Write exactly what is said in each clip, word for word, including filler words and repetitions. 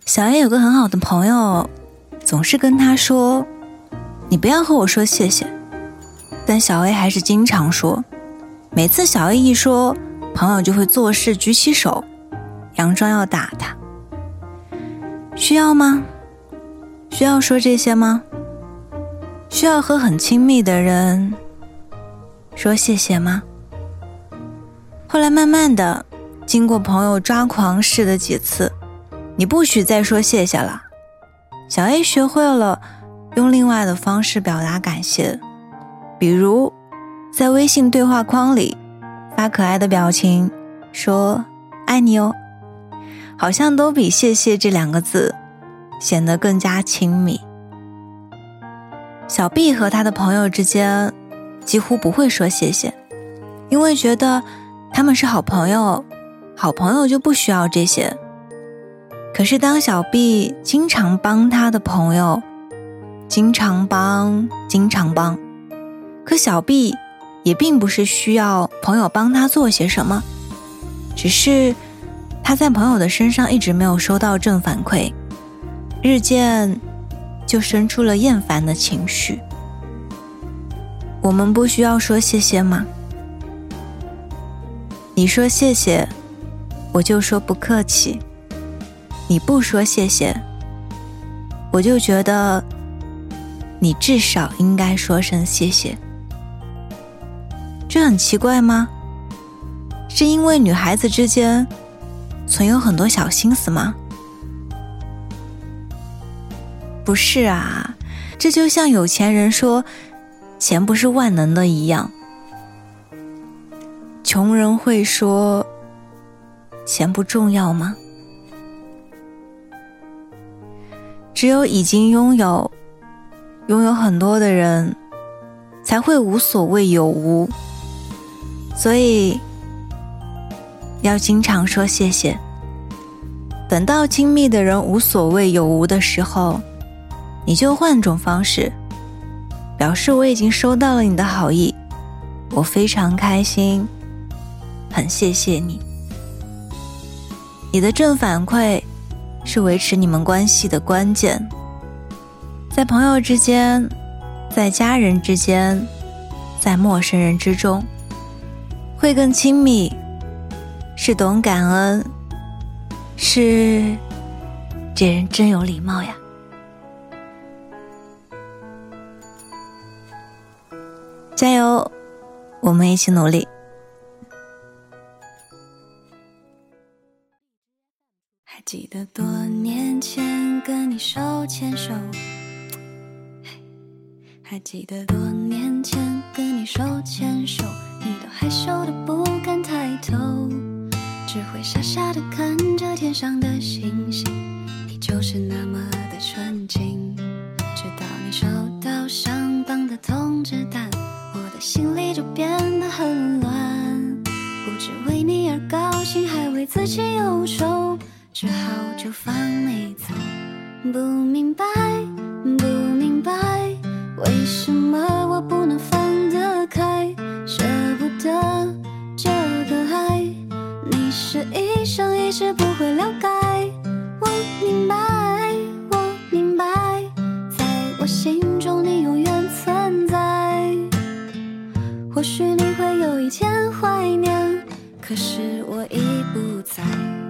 小 A 有个很好的朋友，总是跟他说，你不要和我说谢谢，但小 A 还是经常说。每次小 A 一说，朋友就会做事举起手，佯装要打他。需要吗？需要说这些吗？需要和很亲密的人说谢谢吗？后来慢慢的，经过朋友抓狂式的几次，你不许再说谢谢了，小 A 学会了用另外的方式表达感谢，比如在微信对话框里发可爱的表情，说爱你哦，好像都比谢谢这两个字显得更加亲密。小 B 和他的朋友之间几乎不会说谢谢，因为觉得他们是好朋友，好朋友就不需要这些。可是当小 B 经常帮他的朋友，经常帮经常帮，可小 B 也并不是需要朋友帮他做些什么，只是他在朋友的身上一直没有收到正反馈，日渐就生出了厌烦的情绪。我们不需要说谢谢吗？你说谢谢，我就说不客气；你不说谢谢，我就觉得你至少应该说声谢谢。这很奇怪吗？是因为女孩子之间存有很多小心思吗？不是啊，这就像有钱人说钱不是万能的一样，穷人会说钱不重要吗？只有已经拥有拥有很多的人才会无所谓有无，所以要经常说谢谢。等到亲密的人无所谓有无的时候，你就换种方式表示我已经收到了你的好意，我非常开心，很谢谢你。你的正反馈是维持你们关系的关键，在朋友之间，在家人之间，在陌生人之中，会更亲密，是懂感恩，是这人真有礼貌呀。加油，我们一起努力。 还记得多年前跟你手牵手，还记得多年前跟你手牵手，你都害羞的不敢抬头，只会傻傻的看着天上的星星，你就是那么的纯净。直到你收到上榜的通知单，我的心里就变得很乱，不知为你而高兴，还为自己忧愁，只好就放你走。不明白，不明白，为什么我不能放得开，舍不得这个爱，你是一生一世不会了解。我明白，我明白，在我心中你永远存在。或许你会有一天怀念，可是我已不在。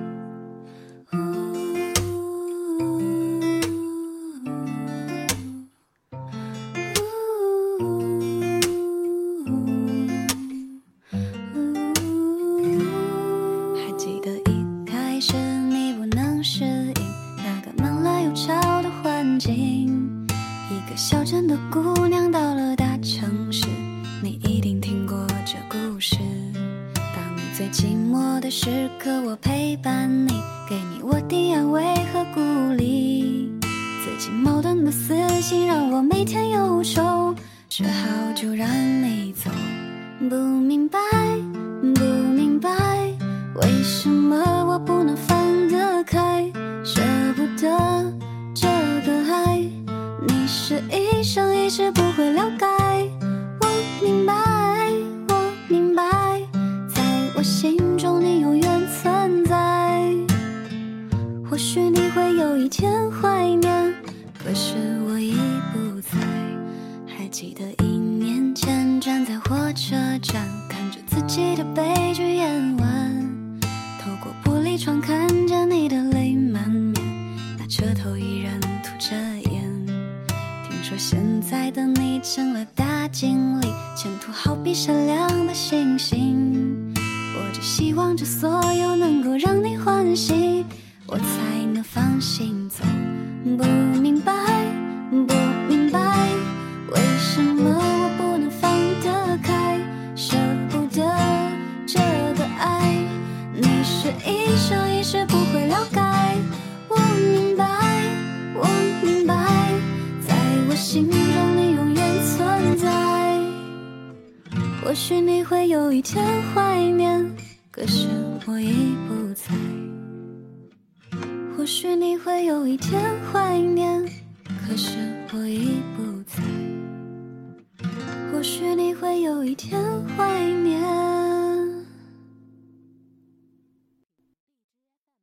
还记得一开始你不能适应那个忙乱又吵的环境，一个小镇的姑娘到了大城市，你一定听过这故事。当你最寂寞的时刻，我陪伴你，给你我的安慰和鼓励。自己矛盾的私心让我每天忧愁，只好就让你走。不明白，不明白，为什么我不能放得开，舍不得这个爱，你是一生一世不会了解。我明白，我明白，在我心中你永远存在。或或许你会有一天怀念，可是我已不在。还记得一年前站在火车站，看着自己的悲剧演完，透过玻璃窗看着你的泪满面，那车头依然吐着烟。听说现在的你成了大经理，前途好比闪亮的星星，我只希望这所有能够让你欢喜，我才能放心走。不明白，不明白，为什么我不能放得开，舍不得这个爱，你是一生一世不会了解。我明白，我明白，在我心中你永远存在。或许你会有一天怀念，可是我已不在。或许你会有一天怀念，可是我已不在。或许你会有一天怀念。